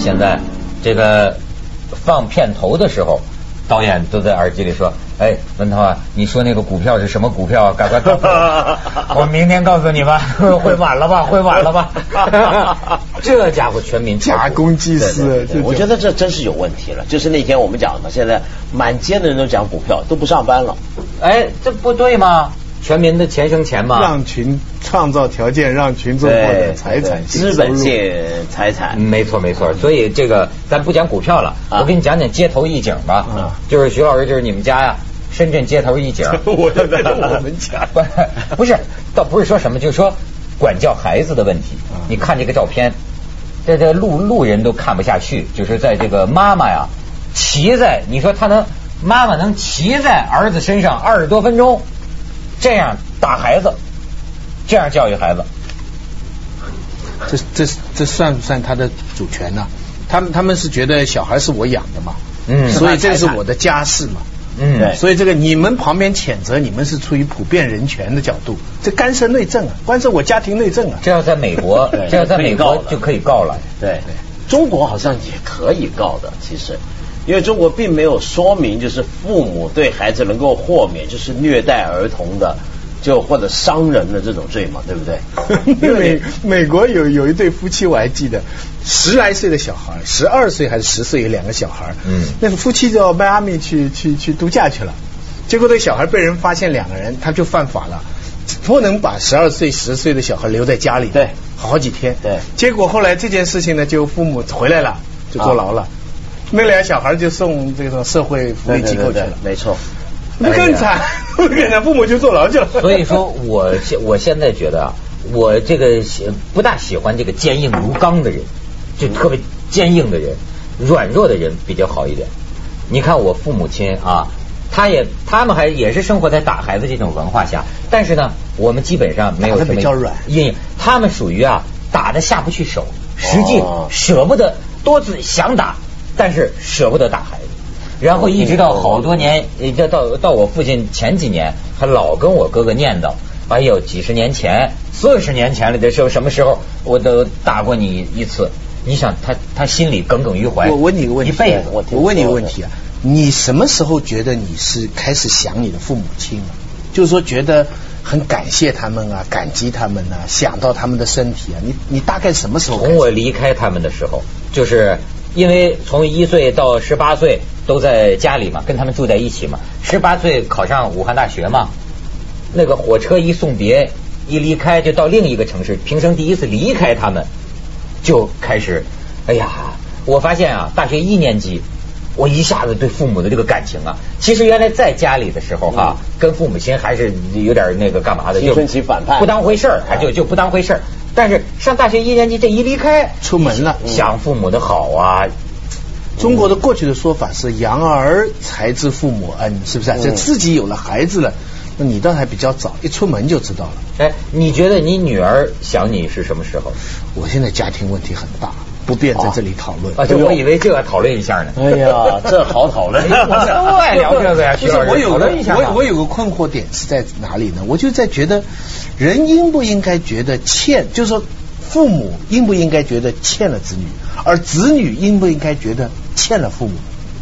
现在这个放片头的时候，导演都在耳机里说：“哎，文涛啊，你说那个股票是什么股票啊？赶快告诉我，我明天告诉你吧。会晚了吧？会晚了吧？”这家伙全民假公济私， 我觉得这真是有问题了。就是那天我们讲的，现在满街的人都讲股票，都不上班了。 哎，这不对吗？全民的钱生钱嘛， 让群创造条件，让群众获得财产、 资本性财产。 没错没错。所以这个咱不讲股票了，我给你讲讲街头一景吧。就是徐老师，就是你们家呀，深圳街头一景。 我们家不是，倒不是说什么，就是说管教孩子的问题。你看这个照片，这路人都看不下去，就是在这个妈妈呀骑在，你说妈妈能骑在儿子身上20多分钟。这样打孩子，这样教育孩子， 这算不算他的主权呢？他们是觉得小孩是我养的嘛，所以这是我的家事嘛，对，所以这个你们旁边谴责，你们是出于普遍人权的角度，这干涉内政啊，干涉我家庭内政啊。 这要在美国，这要在美国就可以告了。 对，中国好像也可以告的，其实。因为中国并没有说明，就是父母对孩子能够豁免，就是虐待儿童的，就或者伤人的这种罪嘛，对不对？ 因为美国有一对夫妻，我还记得10来岁的小孩，12岁还是10岁，有2个小孩，那个夫妻就到迈阿密去度假去了，结果这小孩被人发现2个人，他就犯法了，不能把12岁、10岁的小孩留在家里， 对， 好几天， 对， 结果后来这件事情呢，就父母回来了，就坐牢了。那俩小孩就送这个社会福利机构去了， 没错， 那更惨，父母就坐牢去了。 所以说我现在觉得啊，我这个不大喜欢这个坚硬如钢的人，就特别坚硬的人，软弱的人比较好一点。你看我父母亲啊，他们还也是生活在打孩子这种文化下，但是呢，我们基本上没有什么比较软， 他们属于啊打得下不去手，实际舍不得，多次想打。但是舍不得打孩子，然后一直到好多年，到我父亲前几年，还老跟我哥哥念叨，哎呦，几十年前、40年前了的时候，什么时候我都打过你一次？你想他心里耿耿于怀。 我问你个问题， 一辈子。 我问你个问题啊，你什么时候觉得你是开始想你的父母亲了？就是说觉得很感谢他们啊，感激他们啊，想到他们的身体啊，你大概什么时候？ 从我离开他们的时候，就是因为从1岁到18岁都在家里嘛，跟他们住在一起嘛。18岁考上武汉大学嘛，那个火车一送别，一离开就到另一个城市，平生第一次离开他们，就开始，哎呀，我发现啊，大学1年级。我一下子对父母的这个感情啊，其实原来在家里的时候哈，跟父母亲还是有点那个干嘛的， 青春期反叛， 不当回事儿，就不当回事儿。但是上大学1年级这一离开， 出门了， 想父母的好啊。 中国的过去的说法是养儿才知父母恩，是不是？这自己有了孩子了，那你倒还比较早，一出门就知道了。 哎，你觉得你女儿想你是什么时候？ 我现在家庭问题很大。不便在这里讨论啊！就我以为这个讨论一下呢。 哎呀，这好讨论， 我爱聊这个呀。 就是我有个困惑点是在哪里呢？我就在觉得，人应不应该觉得欠，就是说父母应不应该觉得欠了子女，而子女应不应该觉得欠了父母？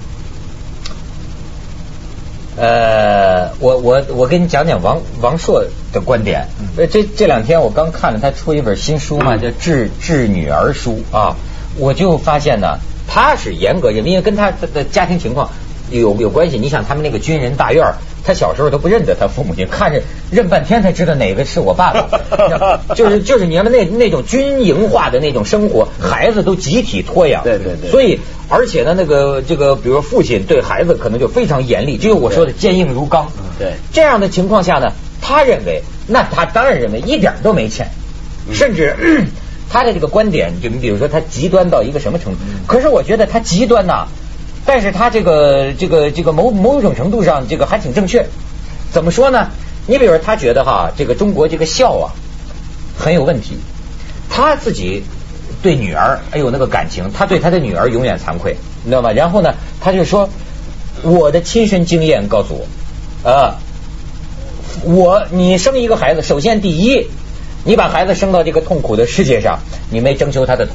我跟你讲讲王朔的观点。这2天我刚看了他出一本新书嘛，叫《致女儿书》啊。我就发现呢，他是严格认为，因为跟他的家庭情况有关系。你想他们那个军人大院，他小时候都不认得他父母亲，看着认半天才知道哪个是我爸爸。就是你们那种军营化的那种生活，孩子都集体托养。 对。 所以而且呢，这个比如说父亲对孩子可能就非常严厉，就是我说的坚硬如钢。 对。 这样的情况下呢，他当然认为一点都没欠，甚至。他的这个观点，就你比如说他极端到一个什么程度？可是我觉得他极端呐，但是他这个某种程度上这个还挺正确。怎么说呢？你比如说他觉得哈，这个中国这个孝啊很有问题，他自己对女儿那个感情，他对他的女儿永远惭愧，你知道吗？然后呢，他就说我的亲身经验告诉我，你生一个孩子，首先第一。你把孩子生到这个痛苦的世界上，你没征求他的同意，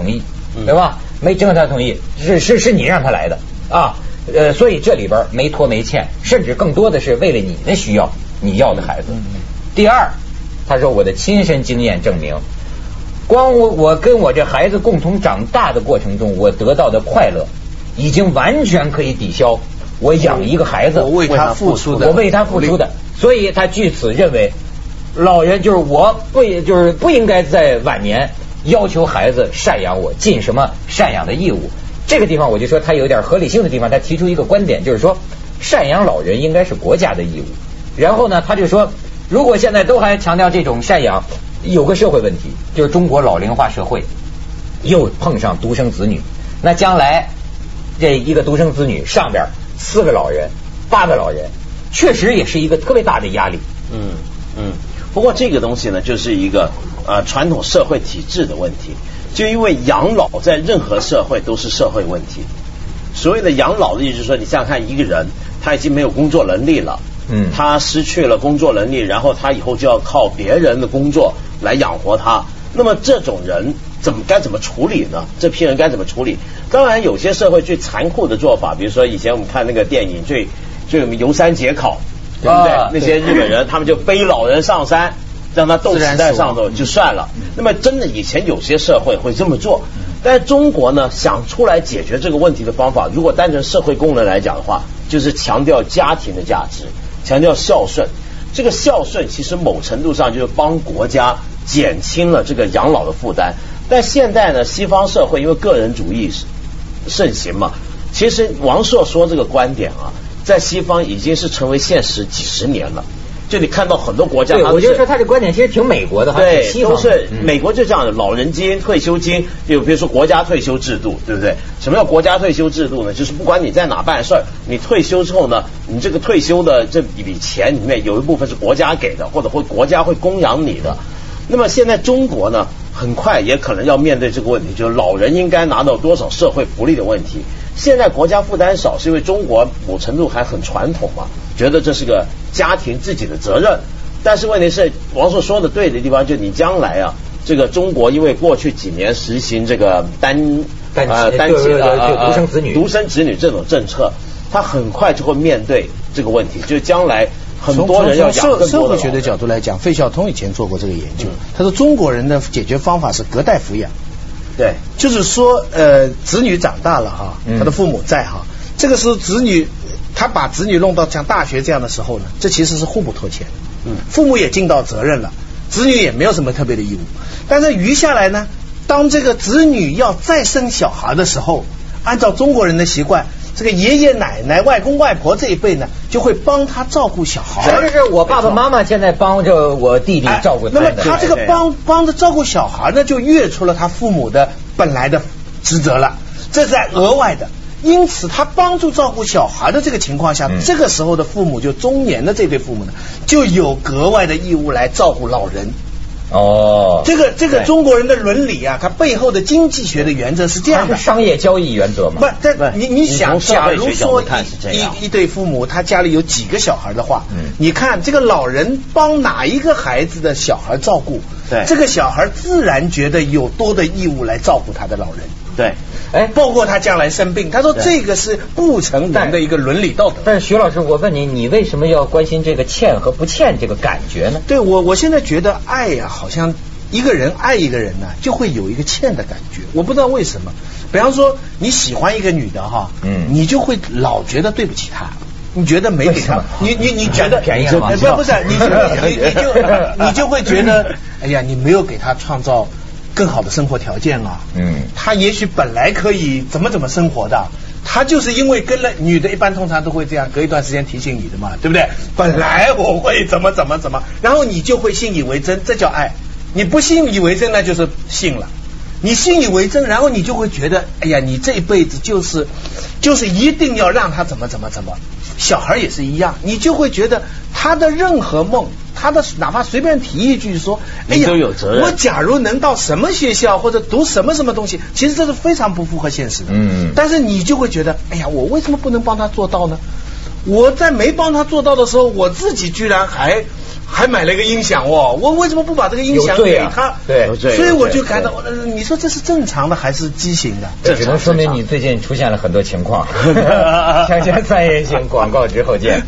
对吧？没征得他同意，是你让他来的啊。所以这里边没拖没欠，甚至更多的是为了你的需要，你要的孩子。第二，他说我的亲身经验证明，光我跟我这孩子共同长大的过程中，我得到的快乐，已经完全可以抵消我养一个孩子我为他付出的。所以他据此认为，老人就是我不应该在晚年要求孩子赡养我，尽什么赡养的义务。这个地方我就说他有点合理性的地方，他提出一个观点，就是说赡养老人应该是国家的义务。然后呢，他就说，如果现在都还强调这种赡养，有个社会问题，就是中国老龄化社会，又碰上独生子女，那将来这一个独生子女上边4个老人、8个老人，确实也是一个特别大的压力。 不过这个东西呢，就是一个传统社会体制的问题。就因为养老在任何社会都是社会问题。所谓的养老的意思就是说，你想想看，一个人他已经没有工作能力了，他失去了工作能力，然后他以后就要靠别人的工作来养活他。那么这种人该怎么处理呢？这批人该怎么处理？当然有些社会最残酷的做法，比如说以前我们看那个电影最有名游山解考，对不对？那些日本人他们就背老人上山，让他冻死在上头就算了。那么真的以前有些社会会这么做，但是中国呢，想出来解决这个问题的方法，如果单纯社会功能来讲的话，就是强调家庭的价值，强调孝顺。这个孝顺其实某程度上就是帮国家减轻了这个养老的负担。但现在呢，西方社会因为个人主义盛行嘛，其实王朔说这个观点啊，在西方已经是成为现实几十年了。就你看到很多国家， 对，我就说他这观点其实挺美国的， 对，都是美国就这样的，老人金、退休金，就比如说国家退休制度，对不对？什么叫国家退休制度呢？就是不管你在哪办事儿，你退休之后呢，你这个退休的这笔钱里面有一部分是国家给的，或者国家会供养你的。那么现在中国呢，很快也可能要面对这个问题，就是老人应该拿到多少社会福利的问题。现在国家负担少，是因为中国某程度还很传统嘛，觉得这是个家庭自己的责任。但是问题是，王朔说的对的地方，就你将来啊，这个中国因为过去几年实行这个单独生子女这种政策，他很快就会面对这个问题，就是将来很多人要养更多的。从社会学的角度来讲，费孝通以前做过这个研究，他说中国人的解决方法是隔代抚养。 对， 就是说子女长大了哈，他的父母在哈，这个时候子女他把子女弄到像大学这样的时候呢，这其实是互不拖欠，父母也尽到责任了，子女也没有什么特别的义务。但是余下来呢，当这个子女要再生小孩的时候，按照中国人的习惯，这个爷爷奶奶、外公外婆这一辈呢，就会帮他照顾小孩。 这是我爸爸妈妈现在帮着我弟弟照顾他的。 那么他这个帮着照顾小孩呢，就越出了他父母的本来的职责了，这是额外的。因此他帮助照顾小孩的这个情况下，这个时候的父母，就中年的这对父母呢，就有格外的义务来照顾老人。这个中国人的伦理啊，它背后的经济学的原则是这样的， 是商业交易原则嘛？ 不，你想，假如说一对父母他家里有几个小孩的话，你看这个老人帮哪一个孩子的小孩照顾，这个小孩自然觉得有多的义务来照顾他的老人。 对， 包括他将来生病，他说这个是不成文的一个伦理道德。 但是徐老师，我问你，你为什么要关心这个欠和不欠这个感觉呢？ 对，我现在觉得爱呀，好像一个人爱一个人呢，就会有一个欠的感觉。我不知道为什么。比方说你喜欢一个女的哈，你就会老觉得对不起她。你觉得没给他，你觉得便宜了吗？ 不是，你就会觉得，哎呀，你没有给他创造更好的生活条件啊。他也许本来可以怎么生活的，他就是因为跟了女的，一般通常都会这样，隔一段时间提醒你的嘛，对不对？本来我会怎么，然后你就会信以为真，这叫爱。你不信以为真，那就是信了。你信以为真，然后你就会觉得，哎呀，你这一辈子就是一定要让他怎么。小孩也是一样，你就会觉得他的任何梦，他的哪怕随便提一句说，哎呀，我假如能到什么学校或者读什么东西，其实这是非常不符合现实的。但是你就会觉得，哎呀，我为什么不能帮他做到呢？ 我在没帮他做到的时候，我自己居然还买了一个音响哦，我为什么不把这个音响给他？ 对， 所以我就感到，你说这是正常的还是畸形的？ 这只能说明你最近出现了很多情况。锵锵三人行，广告之后见。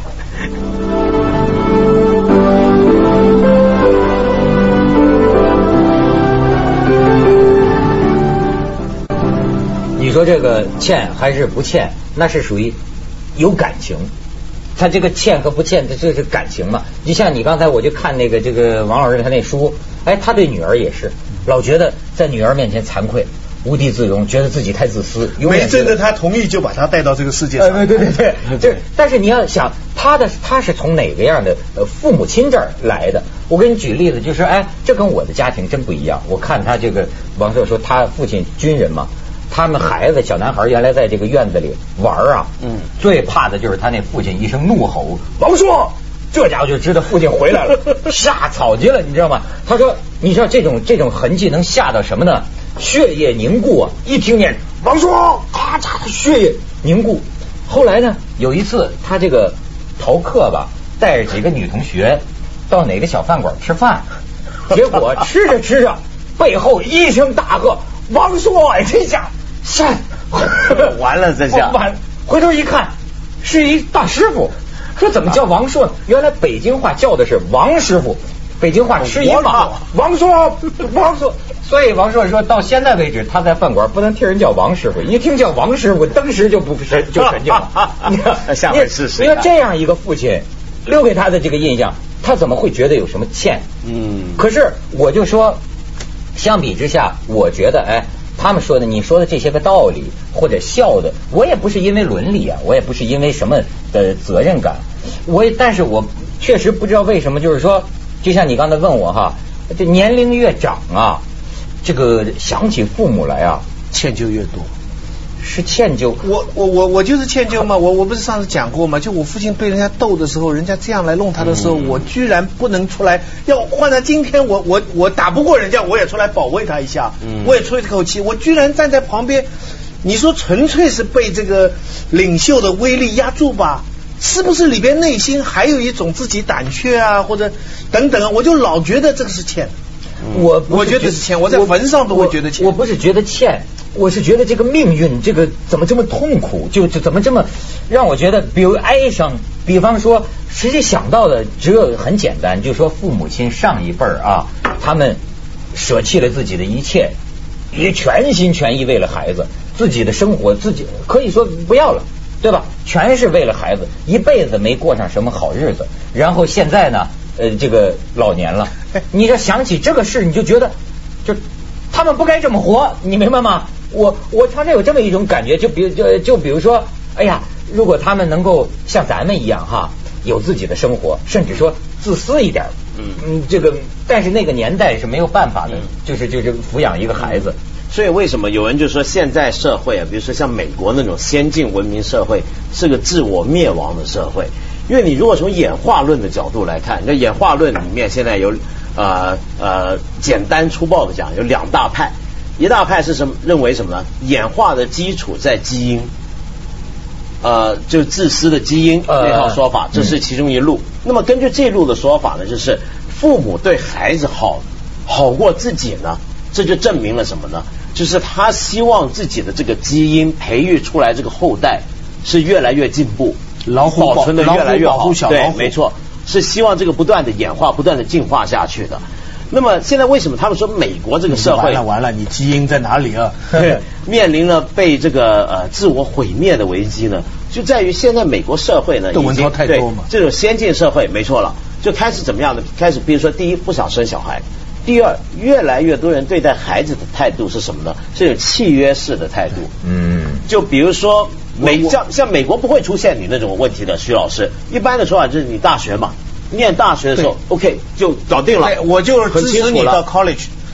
你说这个欠还是不欠，那是属于有感情。他这个欠和不欠，这是感情嘛？就像你刚才我就看那个这个王老师他那书，哎，他对女儿也是，老觉得在女儿面前惭愧，无地自容，觉得自己太自私， 没征得他同意就把他带到这个世界上。 对。但是你要想他是从哪个样的父母亲这儿来的？我给你举例子，就是哎，这跟我的家庭真不一样。我看他这个王朔说，他父亲军人嘛。他们孩子小男孩原来在这个院子里玩啊，最怕的就是他那父亲一声怒吼，王朔，这家伙就知道父亲回来了，吓草去了，你知道吗？他说，你知道这种痕迹能吓到什么呢？血液凝固啊！一听见王朔，咔嚓，血液凝固。后来呢，有一次他这个逃课吧，带着几个女同学到哪个小饭馆吃饭，结果吃着背后一声大喝，王朔，哎，这下完了，这下完，回头一看是一大师傅，说怎么叫王朔呢？原来北京话叫的是王师傅，北京话吃音嘛，王朔，所以王朔说到现在为止，他在饭馆不能听人叫王师傅，一听叫王师傅，当时就神经了。 下回试试。 因为这样一个父亲留给他的这个印象，他怎么会觉得有什么欠？可是我就说，相比之下，我觉得哎。他们说的，你说的这些个道理或者孝的，我也不是因为伦理啊，我也不是因为什么的责任感，但是我确实不知道为什么，就是说，就像你刚才问我哈，这年龄越长啊，这个想起父母来啊， 歉疚越多。 是歉疚， 我就是歉疚嘛，我不是上次讲过吗？就我父亲被人家斗的时候，人家这样来弄他的时候，我居然不能出来，要换到今天我打不过人家，我也出来保卫他一下，我也出一口气，我居然站在旁边，你说纯粹是被这个领袖的威力压住吧？是不是里边内心还有一种自己胆怯啊，或者等等啊？我就老觉得这个是欠。我觉得是欠，我在坟上都会觉得欠。 我不是觉得欠，我是觉得这个命运，这个怎么这么痛苦，就怎么这么让我觉得，比如哀伤。比方说，实际想到的只有很简单，就是说父母亲上一辈儿啊，他们舍弃了自己的一切，也全心全意为了孩子，自己的生活自己可以说不要了，对吧？全是为了孩子，一辈子没过上什么好日子，然后现在呢？这个老年了，你要想起这个事，你就觉得，就他们不该这么活，你明白吗？我常常有这么一种感觉，就比如说，哎呀，如果他们能够像咱们一样哈，有自己的生活，甚至说自私一点，这个，但是那个年代是没有办法的，就是抚养一个孩子。 所以为什么有人就说现在社会啊，比如说像美国那种先进文明社会，是个自我灭亡的社会？因为你如果从演化论的角度来看，那演化论里面现在有简单粗暴的讲有两大派，一大派是什么？认为什么呢？演化的基础在基因，就自私的基因那套说法，这是其中一路。那么根据这路的说法呢，就是父母对孩子好过自己呢，这就证明了什么呢？就是他希望自己的这个基因培育出来这个后代是越来越进步。保存的越来越好，对，没错，是希望这个不断的演化、不断的进化下去的。那么现在为什么他们说美国这个社会完了，你基因在哪里啊？ 面临了被这个自我毁灭的危机呢？就在于现在美国社会呢， 已经太多嘛， 这种先进社会没错了，就开始怎么样呢？开始比如说，第一，不想生小孩；第二，越来越多人对待孩子的态度是什么呢？是有契约式的态度。就比如说。像美国不会出现你那种问题的，徐老师。一般的说法就是你大学嘛，念大学的时候 ，OK 就搞定了。 我就支持你到 college，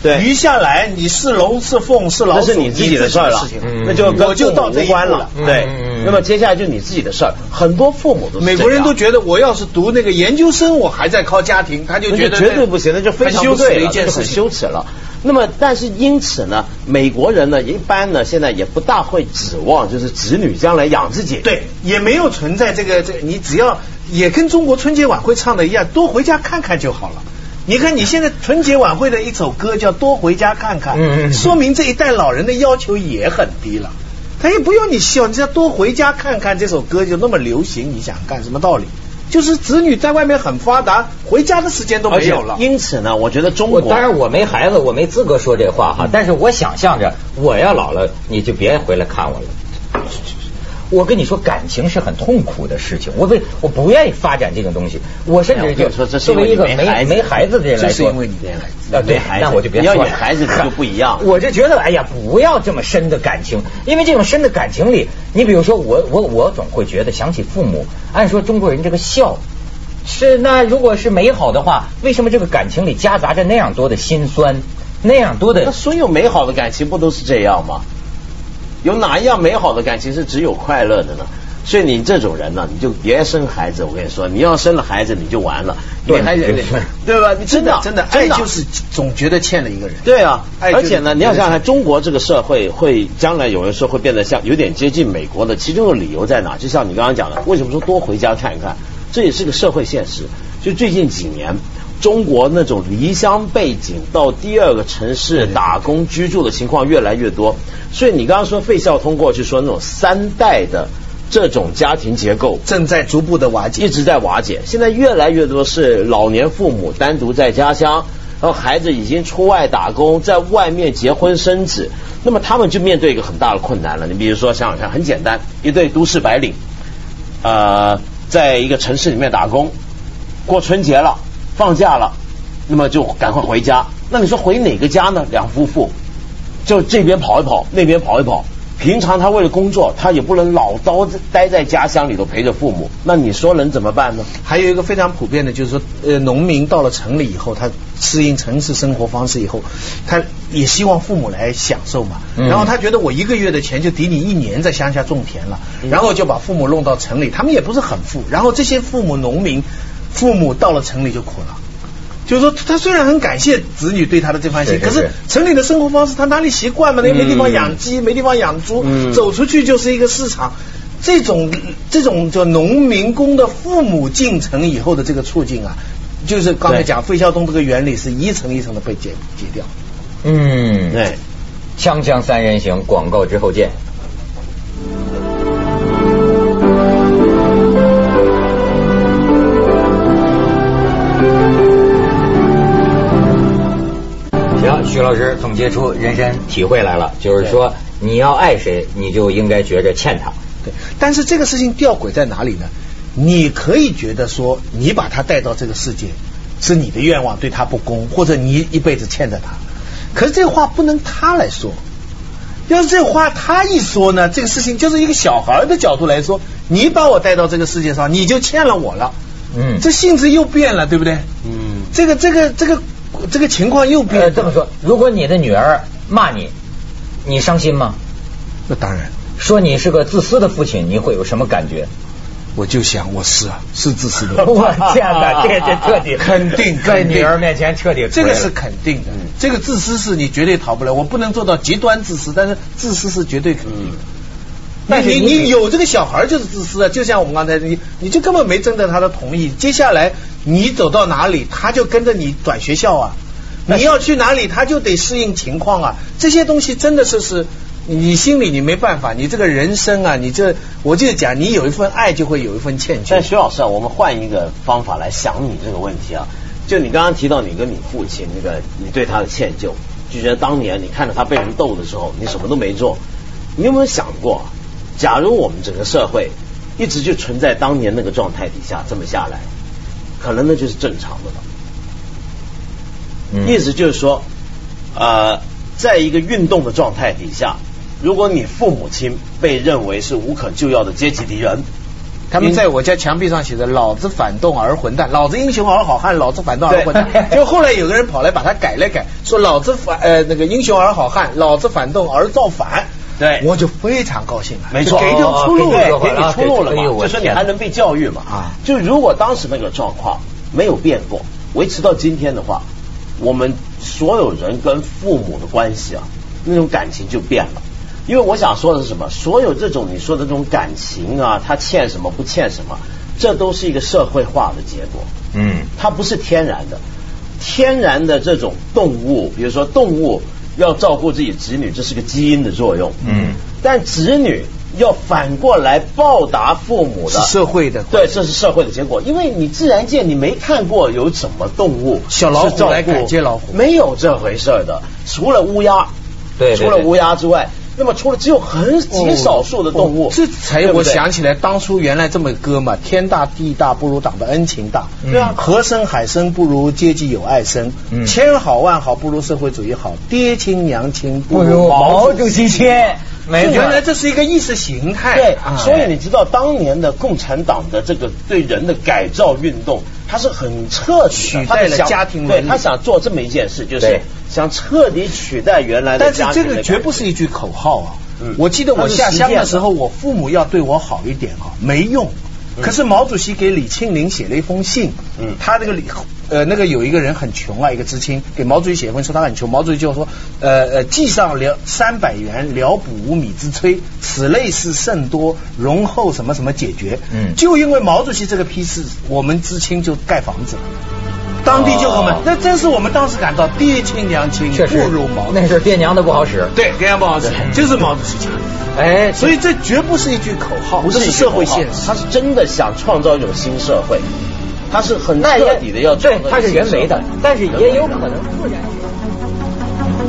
对， 余下来你是龙是凤是老鼠， 那是你自己的事了，那就跟父母无关了。对，那么接下来就你自己的事儿。很多父母都是美国人都觉得，我要是读那个研究生，我还在靠家庭，他就觉得绝对不行，那就非常不对了，这很羞耻了。那么，但是因此呢，美国人呢，一般呢，现在也不大会指望就是子女将来养自己， 对，也没有存在这个，你只要也跟中国春节晚会唱的一样，多回家看看就好了。你看你现在春节晚会的一首歌叫《多回家看看》，说明这一代老人的要求也很低了，他也不用你笑，你只要多回家看看这首歌就那么流行，你想干什么道理？就是子女在外面很发达，回家的时间都没有了。 因此呢，我觉得中国， 当然我没孩子，我没资格说这话哈。但是我想象着，我要老了，你就别回来看我了。我跟你说，感情是很痛苦的事情，我不愿意发展这种东西。我甚至就作为一个没孩子的人来说， 这是因为你没孩子。 对，那我就别说了。 你要有孩子就不一样。 我就觉得，哎呀，不要这么深的感情，因为这种深的感情里，你比如说我总会觉得想起父母。按说中国人这个孝是，那如果是美好的话，为什么这个感情里夹杂着那样多的辛酸，那样多的？ 那所有美好的感情不都是这样吗？有哪一样美好的感情是只有快乐的呢？所以你这种人呢，你就别生孩子。我跟你说，你要生了孩子，你就完了。对吧？你真的爱就是总觉得欠了一个人。 对啊，而且呢，你要想想看，中国这个社会会将来有人说会变得像有点接近美国的，其中的理由在哪？就像你刚刚讲的，为什么说多回家看一看？这也是个社会现实。就最近几年，中国那种离乡背井到第二个城市打工居住的情况越来越多。所以你刚刚说费孝通过去说那种3代的这种家庭结构正在逐步的瓦解， 一直在瓦解。现在越来越多是老年父母单独在家乡，然后孩子已经出外打工，在外面结婚生子，那么他们就面对一个很大的困难了。你比如说想想看，很简单，一对都市白领，在一个城市里面打工，过春节了，放假了，那么就赶快回家。那你说回哪个家呢？两夫妇就这边跑一跑，那边跑一跑。平常他为了工作，他也不能老待在家乡里头陪着父母，那你说能怎么办呢？ 还有一个非常普遍的，就是说，农民到了城里以后，他适应城市生活方式以后，他也希望父母来享受嘛。然后他觉得我1个月的钱就抵你1年在乡下种田了，然后就把父母弄到城里，他们也不是很富。然后这些农民父母到了城里就苦了。就是说，他虽然很感谢子女对他的这番心，可是城里的生活方式他哪里习惯嘛？没地方养鸡，没地方养猪，走出去就是一个市场。这种叫农民工的父母进城以后的这个处境啊，就是刚才讲费孝通这个原理是一层一层的被解掉。 对，锵锵三人行，广告之后见。徐老师总结出人生体会来了，就是说你要爱谁，你就应该觉着欠他。 对，但是这个事情吊诡在哪里呢？你可以觉得说，你把他带到这个世界是你的愿望，对他不公，或者你一辈子欠着他。可是这话不能他来说，要是这话他一说呢，这个事情就是一个小孩的角度来说，你把我带到这个世界上，你就欠了我了。这性质又变了，对不对？这个情况又变了。 这么说，如果你的女儿骂你，你伤心吗？ 那当然。 说你是个自私的父亲，你会有什么感觉？ 我就想，我是自私的。 我天哪，这彻底肯定在女儿面前彻底， 这个是肯定的。这个自私是你绝对逃不了，我不能做到极端自私，但是自私是绝对肯定的。那你有这个小孩就是自私的，就像我们刚才你就根本没征得他的同意，接下来你走到哪里他就跟着你转学校啊，你要去哪里他就得适应情况啊，这些东西真的是你心里你没办法，你这个人生啊，我就讲你有一份爱就会有一份欠缺。 但徐老师啊，我们换一个方法来想你这个问题啊，就你刚刚提到你跟你父亲那个你对他的歉疚，就觉得当年你看着他被人斗的时候你什么都没做，你有没有想过假如我们整个社会一直就存在当年那个状态底下，这么下来可能那就是正常的了。意思就是说在一个运动的状态底下，如果你父母亲被认为是无可救药的阶级敌人， 他们在我家墙壁上写着老子反动儿混蛋，老子英雄儿好汉，老子反动儿混蛋。就后来有个人跑来把它改了改，说老子那个英雄儿好汉，老子反动儿造反。 对， 我就非常高兴了， 没错， 给这种出路了， 给你出路了嘛，就说你还能被教育嘛。就如果当时那个状况没有变过，维持到今天的话，我们所有人跟父母的关系啊，那种感情就变了。因为我想说的是什么？所有这种你说的这种感情啊，他欠什么不欠什么，这都是一个社会化的结果。它不是天然的。天然的这种动物，比如说动物要照顾自己子女，这是个基因的作用。但子女要反过来报答父母的， 是社会的。 对，这是社会的结果。因为你自然界你没看过有什么动物小老虎来赶街老虎， 没有这回事的，除了乌鸦。 对， 除了乌鸦之外，那么除了只有很极少数的动物， 这才我想起来当初原来这么歌嘛，天大地大不如党的恩情大， 对啊， 河深海深不如阶级有爱深，千好万好不如社会主义好，爹亲娘亲不如毛主席亲。原来这是一个意识形态。 对，所以你知道当年的共产党的这个对人的改造运动，它是很彻底取代了家庭伦理， 对，他想做这么一件事，就是想彻底取代原来的家庭。 但是这个绝不是一句口号啊！我记得我下乡的时候，我父母要对我好一点啊，没用。可是毛主席给李庆龄写了一封信，他那个有一个人很穷啊，一个知青给毛主席写一封说他很穷，毛主席就说寄上300元聊补无米之炊，此类事甚多，容后什么什么解决。就因为毛主席这个批示，我们知青就盖房子了。当地就和们，那真是我们当时感到爹亲娘亲不如毛主席， 那是爹娘的不好使， 对，爹娘不好使，就是毛主席强。所以这绝不是一句口号， 不是社会现实，他是真的想创造一种新社会，他是很彻底的要创造， 对，他是人为的，但是也有可能自然。